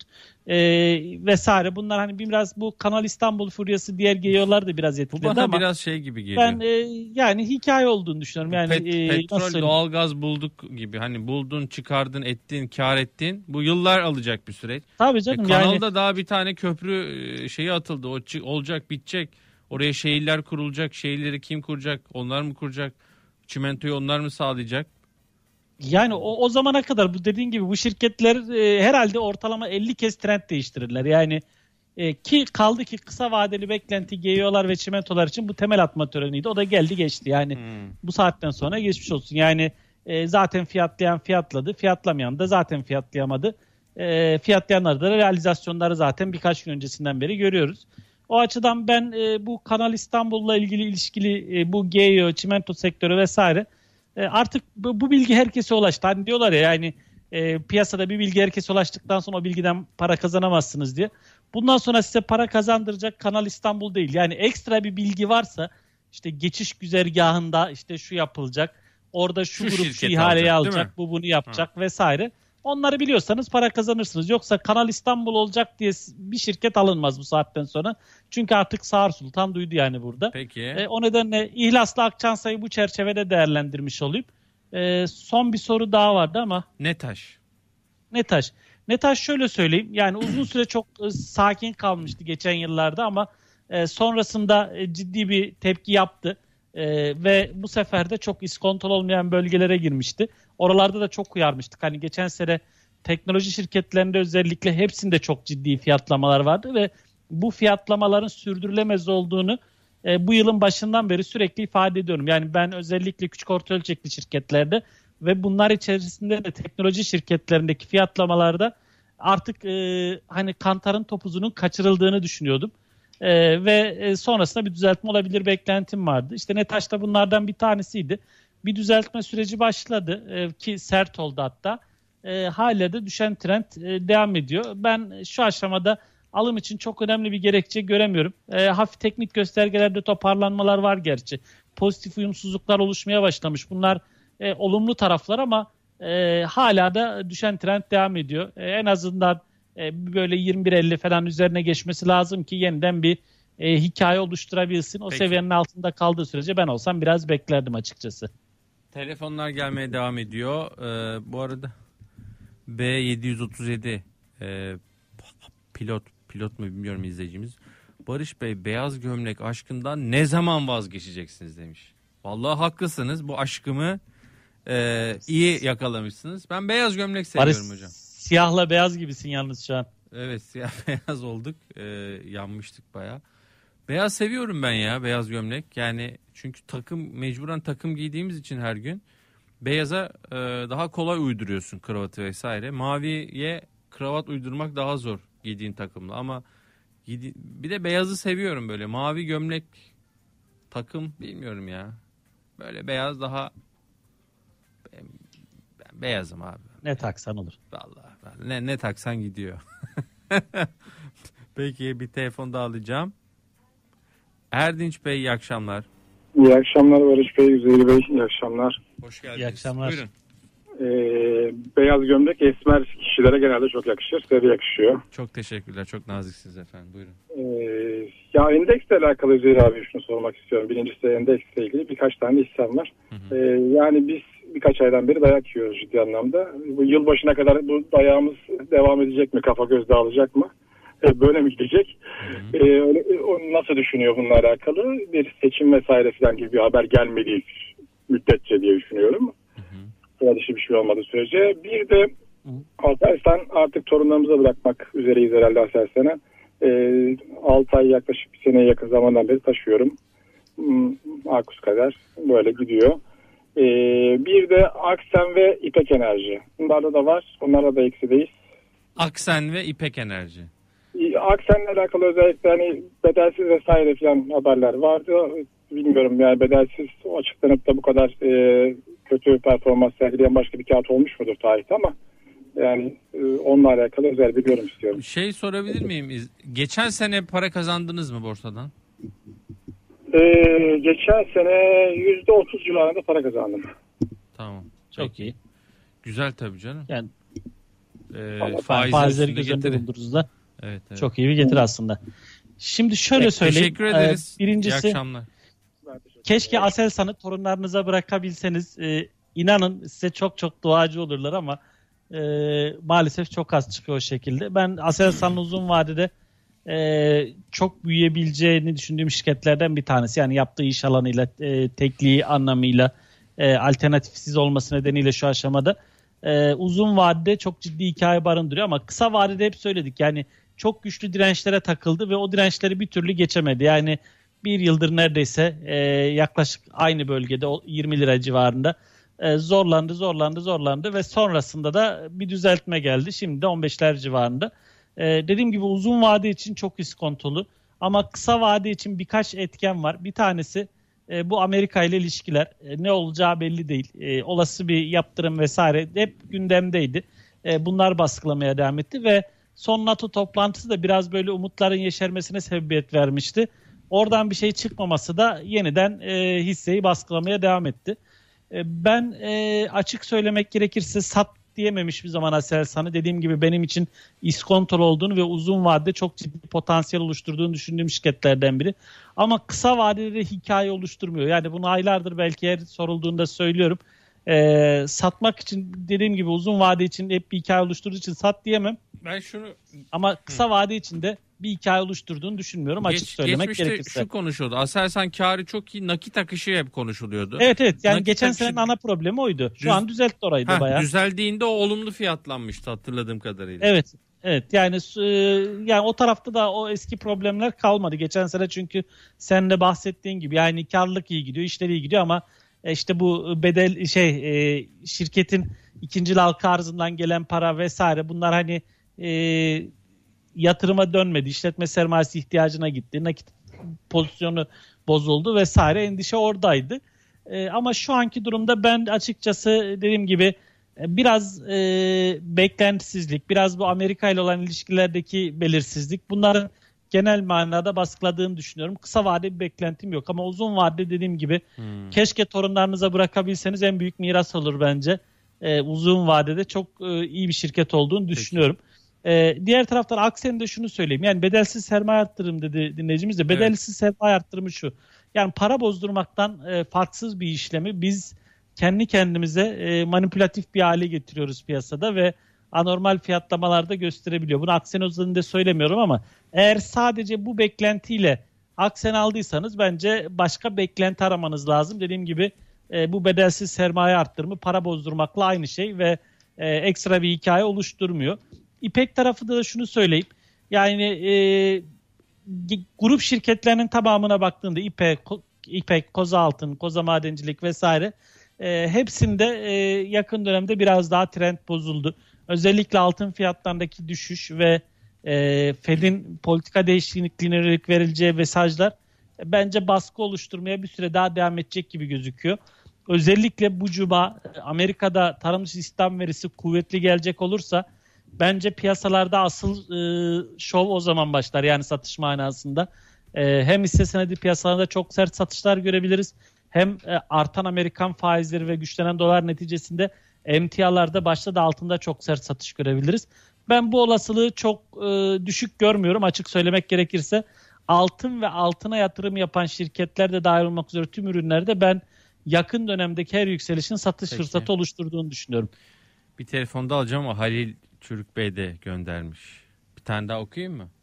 vesaire bunlar hani biraz bu Kanal İstanbul furyası diğer Geo'lar da biraz etkiledi ama. Bu bana biraz şey gibi geliyor. Ben yani hikaye olduğunu düşünüyorum. Yani petrol, doğalgaz bulduk gibi hani buldun, çıkardın, ettin, kar ettin. Bu yıllar alacak bir süreç. Tabii canım. Kanalda daha bir tane köprü şeyi atıldı. O olacak, bitecek. Oraya şehirler kurulacak. Şehirleri kim kuracak? Onlar mı kuracak? Çimentoyu onlar mı sağlayacak? Yani o zamana kadar bu dediğin gibi bu şirketler herhalde ortalama 50 kez trend değiştirirler. Yani ki kaldı ki kısa vadeli beklenti Geo'lar ve çimentolar için bu temel atma töreniydi. O da geldi geçti. Yani bu saatten sonra geçmiş olsun. Yani zaten fiyatlayan fiyatladı. Fiyatlamayan da zaten fiyatlayamadı. Fiyatlayanlar da realizasyonları zaten birkaç gün öncesinden beri görüyoruz. O açıdan ben bu Kanal İstanbul'la ilişkili bu Geo, çimento sektörü vesaire artık bu bilgi herkese ulaştı. Hani diyorlar ya yani piyasada bir bilgi herkese ulaştıktan sonra o bilgiden para kazanamazsınız diye. Bundan sonra size para kazandıracak Kanal İstanbul değil. Yani ekstra bir bilgi varsa işte geçiş güzergahında işte şu yapılacak. Orada şu grup şu ihaleyi alacak, bu bunu yapacak vesaire. Onları biliyorsanız para kazanırsınız. Yoksa Kanal İstanbul olacak diye bir şirket alınmaz bu saatten sonra. Çünkü artık Sağır Sultan duydu yani burada. Peki. O nedenle İhlas'la Akçansa'yı bu çerçevede değerlendirmiş olayım. Son bir soru daha vardı ama. Netaş şöyle söyleyeyim. Yani uzun süre çok sakin kalmıştı geçen yıllarda ama sonrasında ciddi bir tepki yaptı. Ve bu sefer de çok iskontol olmayan bölgelere girmişti. Oralarda da çok uyarmıştık. Hani geçen sene teknoloji şirketlerinde özellikle hepsinde çok ciddi fiyatlamalar vardı ve bu fiyatlamaların sürdürülemez olduğunu bu yılın başından beri sürekli ifade ediyorum. Yani ben özellikle küçük orta ölçekli şirketlerde ve bunlar içerisinde de teknoloji şirketlerindeki fiyatlamalarda artık hani kantarın topuzunun kaçırıldığını düşünüyordum. Ve sonrasında bir düzeltme olabilir beklentim vardı. İşte Netaş da bunlardan bir tanesiydi. Bir düzeltme süreci başladı ki sert oldu hatta. Hala da düşen trend devam ediyor. Ben şu aşamada alım için çok önemli bir gerekçe göremiyorum. Hafif teknik göstergelerde toparlanmalar var gerçi. Pozitif uyumsuzluklar oluşmaya başlamış. Bunlar olumlu taraflar ama hala da düşen trend devam ediyor. En azından böyle 21.50 falan üzerine geçmesi lazım ki yeniden bir hikaye oluşturabilsin. O seviyenin altında kaldığı sürece ben olsam biraz beklerdim açıkçası. Telefonlar gelmeye devam ediyor. Bu arada B737 pilot mu bilmiyorum izleyicimiz. Barış Bey, beyaz gömlek aşkından ne zaman vazgeçeceksiniz demiş. Vallahi haklısınız. Bu aşkımı iyi yakalamışsınız. Ben beyaz gömlek seviyorum hocam. Siyahla beyaz gibisin yalnız şu an. Evet, siyah beyaz olduk. Yanmıştık bayağı. Beyaz seviyorum ben ya, beyaz gömlek. Yani çünkü mecburen takım giydiğimiz için her gün beyaza daha kolay uyduruyorsun kravatı vesaire. Maviye kravat uydurmak daha zor giydiğin takımla ama bir de beyazı seviyorum böyle. Mavi gömlek takım bilmiyorum ya. Böyle beyaz daha ben beyazım abi. Ne taksan olur. Vallahi ne taksan gidiyor. Peki bir telefon daha alacağım. Erdinç Bey, iyi akşamlar. İyi akşamlar Barış Bey, Üzeyir Bey, iyi akşamlar. Hoş geldiniz. İyi akşamlar. Buyurun. Beyaz gömlek esmer kişilere genelde çok yakışır. Size de yakışıyor. Çok teşekkürler. Çok naziksiniz efendim. Buyurun. Ya endeksle alakalı Üzeyir abi şunu sormak istiyorum. Birincisi endeksle ilgili birkaç tane hissem var. Yani biz birkaç aydan beri dayak yiyoruz ciddi anlamda. Bu yıl başına kadar bu dayağımız devam edecek mi? Kafa göz dağılacak mı? Böyle mi gidecek? Nasıl düşünüyor bununla alakalı? Bir seçim vesaire falan gibi bir haber gelmediği müddetçe diye düşünüyorum. Sıra dışı bir şey olmadığı sürece. Bir de Aselsan artık torunlarımıza bırakmak üzereyiz herhalde Aselsan'a. 6 ay yaklaşık bir seneye yakın zamandan beri taşıyorum. Arkus kadar böyle gidiyor. Bir de Aksen ve İpek Enerji. Bunlarda da var. Onlarla da eksideyiz. Aksen ve İpek Enerji. Aksen'le alakalı özellikle hani bedelsiz vesaire falan haberler vardı. Bilmiyorum yani bedelsiz açıklanıp da bu kadar kötü performans sergileyen başka bir kağıt olmuş mudur tarihte ama yani onunla alakalı özel bir yorum istiyorum. Sorabilir miyim? Geçen sene para kazandınız mı borsadan? Geçen sene %30 civarında para kazandım. Tamam. Çok iyi. Güzel tabii canım. Yani faizleri göz önünde bulundurduğunuzda evet. Çok iyi bir getiri aslında. Şimdi şöyle söyleyeyim. Teşekkür ederiz. Birincisi, İyi akşamlar. Keşke Aselsan'ı torunlarınıza bırakabilseniz. İnanın size çok çok duacı olurlar ama maalesef çok az çıkıyor o şekilde. Ben Aselsan'ın uzun vadede çok büyüyebileceğini düşündüğüm şirketlerden bir tanesi. Yani yaptığı iş alanıyla, tekliği anlamıyla, alternatifsiz olması nedeniyle şu aşamada uzun vadede çok ciddi hikaye barındırıyor ama kısa vadede hep söyledik. Yani çok güçlü dirençlere takıldı ve o dirençleri bir türlü geçemedi. Yani bir yıldır neredeyse yaklaşık aynı bölgede 20 lira civarında zorlandı ve sonrasında da bir düzeltme geldi. Şimdi de 15'ler civarında. Dediğim gibi uzun vade için çok iskontolu ama kısa vade için birkaç etken var. Bir tanesi bu Amerika ile ilişkiler. Ne olacağı belli değil. Olası bir yaptırım vesaire hep gündemdeydi. Bunlar baskılamaya devam etti ve son NATO toplantısı da biraz böyle umutların yeşermesine sebebiyet vermişti. Oradan bir şey çıkmaması da yeniden hisseyi baskılamaya devam etti. Ben açık söylemek gerekirse sat diyememiş bir zaman Aselsan'ı. Dediğim gibi benim için iskontol olduğunu ve uzun vadede çok ciddi potansiyel oluşturduğunu düşündüğüm şirketlerden biri. Ama kısa vadede de hikaye oluşturmuyor. Yani bunu aylardır belki her sorulduğunda söylüyorum. Satmak için dediğim gibi uzun vade için hep bir hikaye oluşturduğu için sat diyemem. Ben şunu ama kısa vade için de bir hikaye oluşturduğunu düşünmüyorum açık söylemek gerekirse. Geçmişte şu konuşuldu. Aselsan karı çok iyi, nakit akışı hep konuşuluyordu. Evet yani nakit geçen senenin ana problemi oydu. Şu an düzeltti orayı da bayağı. Düzeldiğinde o olumlu fiyatlanmıştı hatırladığım kadarıyla. Evet yani o tarafta da o eski problemler kalmadı. Geçen sene çünkü sen de bahsettiğin gibi yani karlılık iyi gidiyor, işleri iyi gidiyor ama işte bu bedel şirketin ikinci halka arzından gelen para vesaire bunlar hani yatırıma dönmedi. İşletme sermayesi ihtiyacına gitti. Nakit pozisyonu bozuldu vesaire. Endişe oradaydı. Ama şu anki durumda ben açıkçası dediğim gibi biraz beklentisizlik, biraz bu Amerika ile olan ilişkilerdeki belirsizlik bunların genel manada baskıladığını düşünüyorum. Kısa vadede bir beklentim yok ama uzun vadede dediğim gibi keşke torunlarınıza bırakabilseniz en büyük miras olur bence. Uzun vadede çok iyi bir şirket olduğunu düşünüyorum. Diğer taraftan Aksen'de de şunu söyleyeyim. Yani bedelsiz sermaye arttırım dedi dinleyicimiz de. Bedelsiz sermaye arttırımı şu. Yani para bozdurmaktan farksız bir işlemi biz kendi kendimize manipülatif bir hale getiriyoruz piyasada ve anormal fiyatlamalarda gösterebiliyor. Bunu Aksen özelinde söylemiyorum ama eğer sadece bu beklentiyle Aksen aldıysanız bence başka beklenti aramanız lazım. Dediğim gibi bu bedelsiz sermaye arttırımı para bozdurmakla aynı şey ve ekstra bir hikaye oluşturmuyor. İpek tarafı da şunu söyleyeyim. Yani grup şirketlerinin tamamına baktığında İpek, Kozaltın, Koza Madencilik vesaire hepsinde yakın dönemde biraz daha trend bozuldu. Özellikle altın fiyatlarındaki düşüş ve Fed'in politika değişikliğine yönelik verileceği mesajlar bence baskı oluşturmaya bir süre daha devam edecek gibi gözüküyor. Özellikle bu cuma Amerika'da tarım istihdam verisi kuvvetli gelecek olursa bence piyasalarda asıl şov o zaman başlar yani satış manasında. Hem hisse senedi piyasalarında çok sert satışlar görebiliriz. Hem artan Amerikan faizleri ve güçlenen dolar neticesinde emtialarda başta da altında çok sert satış görebiliriz. Ben bu olasılığı çok düşük görmüyorum açık söylemek gerekirse. altın ve altına yatırım yapan şirketler de dahil olmak üzere tüm ürünlerde ben yakın dönemdeki her yükselişin satış fırsatı oluşturduğunu düşünüyorum. Bir telefonda alacağım ama Halil Çürük Bey de göndermiş. Bir tane daha okuyayım mı?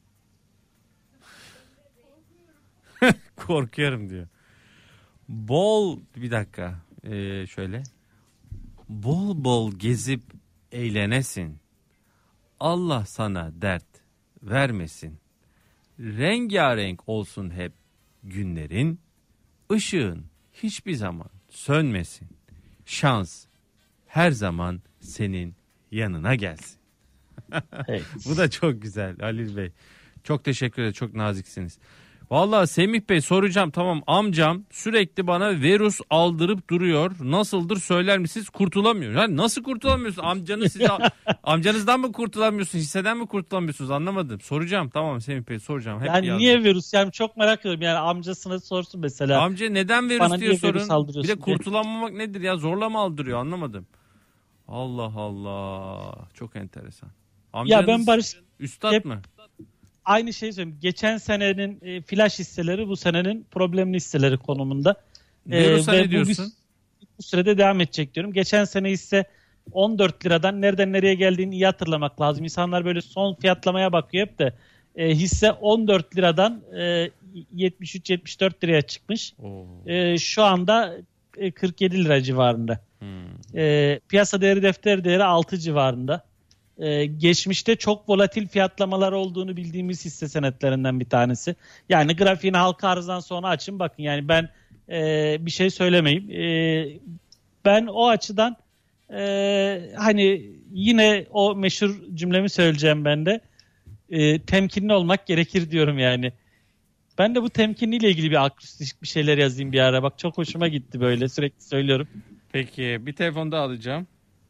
Korkuyorum diyor. Bir dakika. Şöyle. Bol bol gezip eğlenesin. Allah sana dert vermesin. Rengarenk olsun hep günlerin. Işığın hiçbir zaman sönmesin. Şans her zaman senin yanına gelsin. Evet. Bu da çok güzel Halil Bey. Çok teşekkür ederim. Çok naziksiniz. Vallahi Semih Bey soracağım, tamam, amcam sürekli bana virüs aldırıp duruyor. Nasıldır söyler misiniz? Kurtulamıyor. Yani nasıl kurtulamıyorsun? Amcanızdan mı kurtulamıyorsun? Hisseden mi kurtulamıyorsunuz? Anlamadım. Soracağım, tamam Semih Bey, soracağım. Hep yani niye virüs? Yani çok merak ediyorum. Yani amcasına sorsun mesela. Amca neden virüs bana diye sorun. Bir de kurtulamamak nedir ya? Zorla mı aldırıyor? Anlamadım. Allah Allah. Çok enteresan. Amcanız ya ben Barış üstad mı? Aynı şeyi söyleyeyim. Geçen senenin flash hisseleri bu senenin problemli hisseleri konumunda. Virüs'a ne diyorsun? Bu sürede devam edecek diyorum. Geçen sene hisse 14 liradan nereden nereye geldiğini iyi hatırlamak lazım. İnsanlar böyle son fiyatlamaya bakıyor hep de. Hisse 14 liradan 73-74 liraya çıkmış. Şu anda 47 lira civarında. Piyasa değeri, defter değeri 6 civarında. Geçmişte çok volatil fiyatlamalar olduğunu bildiğimiz hisse senetlerinden bir tanesi. Yani grafiğini halka arzdan sonra açın bakın. Yani ben bir şey söylemeyeyim. Ben o açıdan hani yine o meşhur cümlemi söyleyeceğim ben de. Temkinli olmak gerekir diyorum yani. Ben de bu temkinliyle ilgili bir akustik bir şeyler yazayım bir ara. Bak çok hoşuma gitti böyle, sürekli söylüyorum. Peki bir telefon daha alacağım.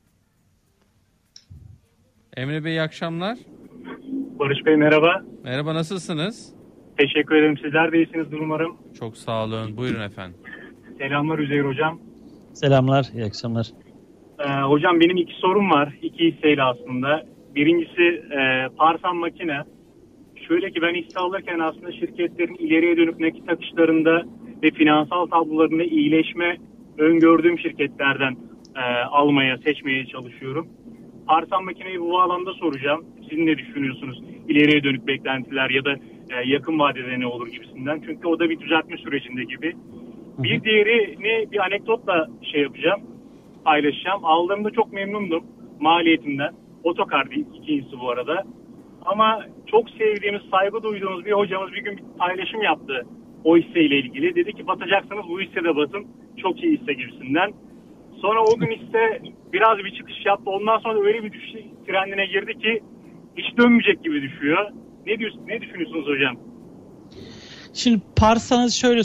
Emre Bey iyi akşamlar. Barış Bey merhaba. Merhaba, nasılsınız? Teşekkür ederim. Sizler de iyisinizdir umarım. Çok sağ olun. Buyurun efendim. Selamlar Üzeyir Hocam. Selamlar, iyi akşamlar. Hocam benim 2 sorum var. 2 hisseyle aslında. Birincisi Parsan Makine. Şöyle ki ben hisse alırken aslında şirketlerin ileriye dönük nakit akışlarında ve finansal tablolarında iyileşme öngördüğüm şirketlerden seçmeye çalışıyorum. Parsan Makine'yi bu bağlamda soracağım. Siz ne düşünüyorsunuz? İleriye dönük beklentiler ya da yakın vadede ne olur gibisinden. Çünkü o da bir düzeltme sürecinde gibi. Bir diğerini bir anekdotla paylaşacağım. Aldığımda çok memnundum maliyetinden. Otokar değil, ikincisi bu arada. Ama çok sevdiğimiz, saygı duyduğumuz bir hocamız bir gün bir paylaşım yaptı o hisseyle ilgili. Dedi ki batacaksanız bu hissede batın. Çok iyi hisse gibisinden. Sonra o gün hisse biraz bir çıkış yaptı. Ondan sonra öyle bir düşüş trendine girdi ki hiç dönmeyecek gibi düşüyor. Ne düşünüyorsunuz hocam? Şimdi Parsan'ı şöyle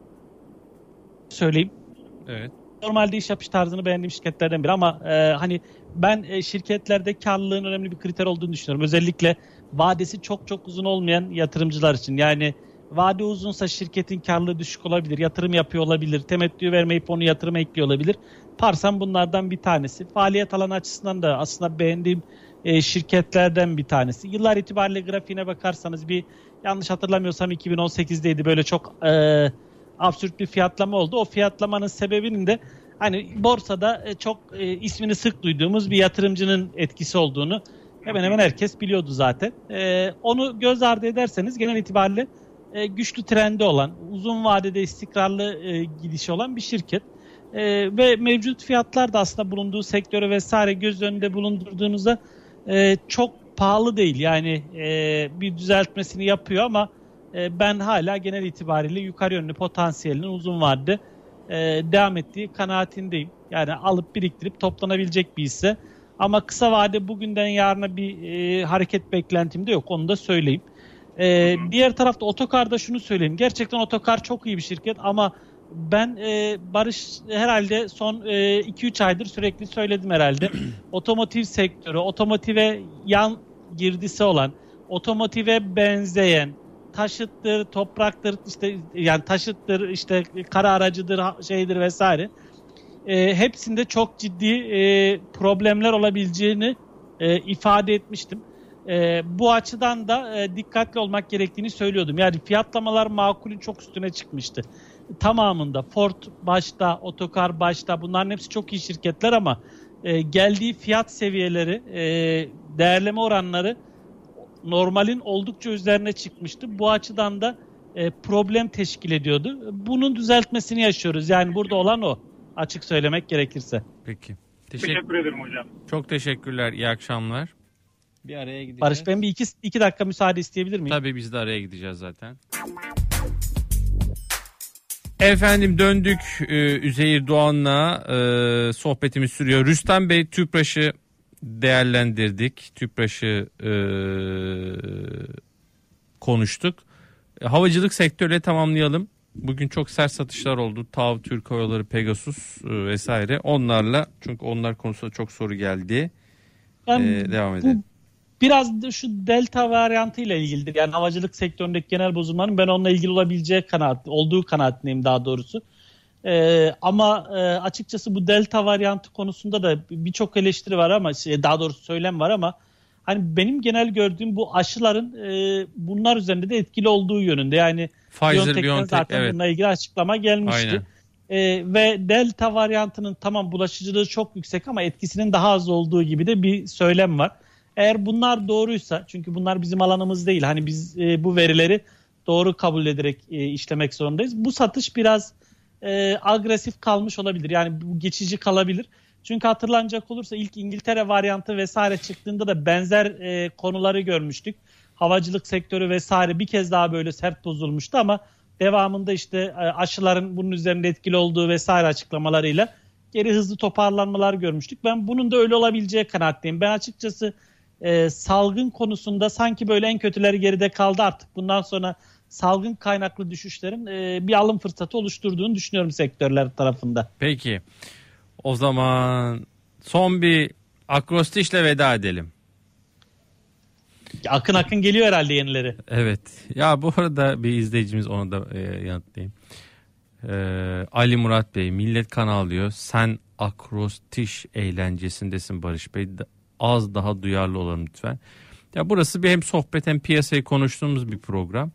söyleyeyim. Evet. Normalde iş yapış tarzını beğendiğim şirketlerden biri ama hani ben şirketlerde karlılığın önemli bir kriter olduğunu düşünüyorum. Özellikle vadesi çok çok uzun olmayan yatırımcılar için. Yani vade uzunsa şirketin karlılığı düşük olabilir, yatırım yapıyor olabilir, temettü vermeyip onu yatırıma ekliyor olabilir. Parsan bunlardan bir tanesi. Faaliyet alanı açısından da aslında beğendiğim şirketlerden bir tanesi. Yıllar itibariyle grafiğine bakarsanız yanlış hatırlamıyorsam 2018'deydi, böyle çok absürt bir fiyatlama oldu. O fiyatlamanın sebebinin de hani borsada çok ismini sık duyduğumuz bir yatırımcının etkisi olduğunu hemen hemen herkes biliyordu zaten. Onu göz ardı ederseniz genel itibariyle güçlü trendi olan, uzun vadede istikrarlı gidişi olan bir şirket. Ve mevcut fiyatlar da aslında bulunduğu sektörü vesaire göz önünde bulundurduğunuzda çok pahalı değil. Yani bir düzeltmesini yapıyor ama ben hala genel itibariyle yukarı yönlü potansiyelinin uzun vadede devam ettiği kanaatindeyim. Yani alıp biriktirip toplanabilecek bir hisse. Ama kısa vade bugünden yarına bir hareket beklentim de yok. Onu da söyleyeyim. Diğer tarafta Otokar'da şunu söyleyeyim. Gerçekten Otokar çok iyi bir şirket ama ben Barış herhalde son 2-3 aydır sürekli söyledim herhalde. Otomotiv sektörü, otomotive yan girdisi olan, otomotive benzeyen, taşıttır, topraktır, işte yani taşıttır, işte kara aracıdır, şeydir vesaire. Hepsinde çok ciddi problemler olabileceğini ifade etmiştim. Bu açıdan da dikkatli olmak gerektiğini söylüyordum. Yani fiyatlamalar makulün çok üstüne çıkmıştı. Tamamında Ford başta, Otokar başta, bunların hepsi çok iyi şirketler ama geldiği fiyat seviyeleri, değerleme oranları normalin oldukça üzerine çıkmıştı. Bu açıdan da problem teşkil ediyordu. Bunun düzeltmesini yaşıyoruz. Yani burada olan o. Açık söylemek gerekirse. Peki. Teşekkür ederim hocam. Çok teşekkürler. İyi akşamlar. Bir araya gideceğiz. Barış, ben bir iki dakika müsaade isteyebilir miyim? Tabii, biz de araya gideceğiz zaten. Efendim, döndük. Üzeyir Doğan'la sohbetimiz sürüyor. Rüstem Bey, Tüpraş'ı değerlendirdik. Tüpraş'ı konuştuk. Havacılık sektörüyle tamamlayalım. Bugün çok sert satışlar oldu. TAV, Türk Hava Yolları, Pegasus vesaire. Onlarla, çünkü onlar konusunda çok soru geldi. Devam edelim. Biraz da şu delta varyantı ile ilgilidir. Yani havacılık sektöründeki genel bozulmanın ben onunla ilgili olduğu kanaatindeyim daha doğrusu. Ama açıkçası bu delta varyantı konusunda da birçok eleştiri var ama daha doğrusu söylem var ama hani benim genel gördüğüm bu aşıların bunlar üzerinde de etkili olduğu yönünde. Yani Pfizer-BioNTech zaten bununla ilgili açıklama gelmişti. Ve delta varyantının tamam bulaşıcılığı çok yüksek ama etkisinin daha az olduğu gibi de bir söylem var. Eğer bunlar doğruysa, çünkü bunlar bizim alanımız değil. Hani biz bu verileri doğru kabul ederek işlemek zorundayız. Bu satış biraz agresif kalmış olabilir. Yani bu geçici kalabilir. Çünkü hatırlanacak olursa ilk İngiltere varyantı vesaire çıktığında da benzer konuları görmüştük. Havacılık sektörü vesaire bir kez daha böyle sert bozulmuştu ama devamında işte aşıların bunun üzerinde etkili olduğu vesaire açıklamalarıyla geri hızlı toparlanmalar görmüştük. Ben bunun da öyle olabileceği kanaatteyim. Ben açıkçası salgın konusunda sanki böyle en kötüleri geride kaldı artık. Bundan sonra salgın kaynaklı düşüşlerin bir alım fırsatı oluşturduğunu düşünüyorum sektörler tarafında. Peki. O zaman son bir akrostişle veda edelim. Akın geliyor herhalde yenileri. Evet. Ya bu arada bir izleyicimiz, onu da yanıtlayayım. Ali Murat Bey, millet kan ağlıyor. Sen akrostiş eğlencesindesin Barış Bey. Az daha duyarlı olalım lütfen. Ya burası bir hem sohbet hem piyasayı konuştuğumuz bir program.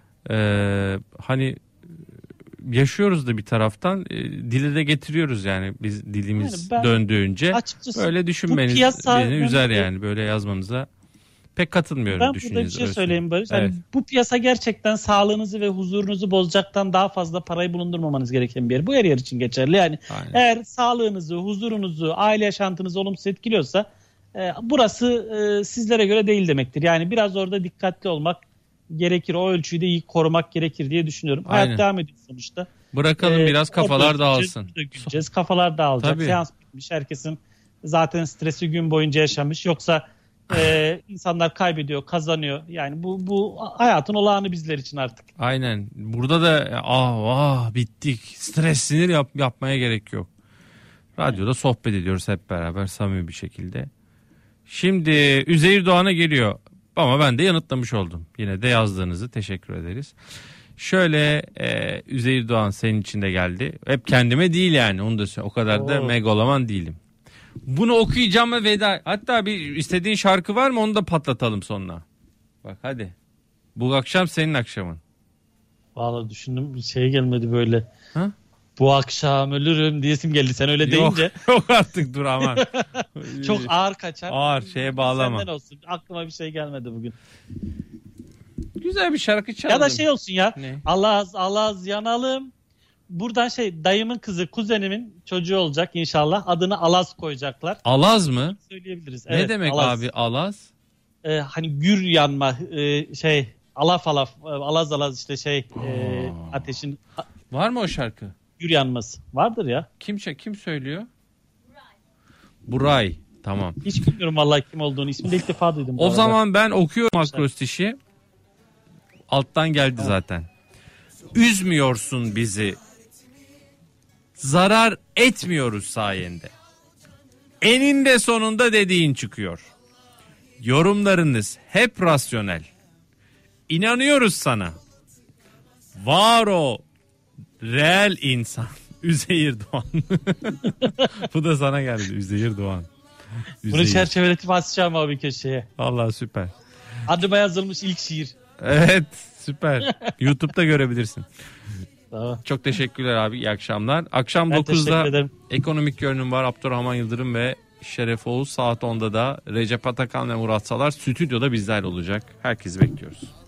Hani yaşıyoruz da bir taraftan, dile de getiriyoruz yani biz dilimiz yani döndüğünce. Böyle düşünmeniz beni üzer yani, böyle yazmanıza pek katılmıyorum. Ben burada bir şey söyleyeyim Barış. Evet. Yani bu piyasa gerçekten sağlığınızı ve huzurunuzu bozacaktan daha fazla parayı bulundurmamanız gereken bir yer. Bu her yer için geçerli. Yani eğer sağlığınızı, huzurunuzu, aile yaşantınızı olumsuz etkiliyorsa burası sizlere göre değil demektir. Yani biraz orada dikkatli olmak gerekir. O ölçüyü de iyi korumak gerekir diye düşünüyorum. Aynen. Hayat devam ediyor sonuçta. Bırakalım biraz kafalar dağılsın. Kafalar dağılacak. Tabii. Seans bitmiş. Herkesin zaten stresi gün boyunca yaşamış. Yoksa insanlar kaybediyor, kazanıyor. Yani bu hayatın olağanı bizler için artık. Aynen. Burada da bittik. Stres, sinir yapmaya gerek yok. Radyoda sohbet ediyoruz hep beraber samimi bir şekilde. Şimdi Üzeyir Doğan'a geliyor. Ama ben de yanıtlamış oldum. Yine de yazdığınızı teşekkür ederiz. Şöyle Üzeyir Doğan senin için de geldi. Hep kendime değil yani, onu da söyleyeyim. O kadar da megaloman değilim. Bunu okuyacağım ve veda. Hatta bir istediğin şarkı var mı, onu da patlatalım sonuna. Bak hadi. Bu akşam senin akşamın. Vallahi düşündüm, bir şey gelmedi böyle. Ha? Bu akşam ölürüm diyesim geldi sen öyle deyince. Yok artık, dur aman. Çok ağır kaçar. Ağır şeye bağlama. Senden olsun. Aklıma bir şey gelmedi bugün. Güzel bir şarkı çaldım. Ya da şey olsun ya. Ne? Alaz yanalım. Buradan dayımın kızı, kuzenimin çocuğu olacak inşallah. Adını Alaz koyacaklar. Alaz mı? Söyleyebiliriz. Ne demek Alaz abi Alaz? Hani gür yanma alaf alaz işte ateşin. Var mı o şarkı? Gür yanması. Vardır ya. Kim söylüyor? Buray. Tamam. Hiç bilmiyorum vallahi kim olduğunu. İsmini de ilk defa duydum. O zaman ben okuyorum akrostişi. Alttan geldi zaten. Üzmüyorsun bizi. Zarar etmiyoruz sayende. Eninde sonunda dediğin çıkıyor. Yorumlarınız hep rasyonel. İnanıyoruz sana. Var o reel insan. Üzeyir Doğan. Bu da sana geldi, Üzeyir Doğan. Bunu çerçeveletif asacağım abi köşeye. Vallahi süper. Adıma yazılmış ilk şiir. Evet süper. YouTube'da görebilirsin. Tamam. Çok teşekkürler abi. İyi akşamlar. Akşam Ben 9'da ekonomik görünüm var. Abdurrahman Yıldırım ve Şeref Oğuz. Saat 10'da da Recep Atakan ve Murat Salar stüdyoda bizlerle olacak. Herkesi bekliyoruz.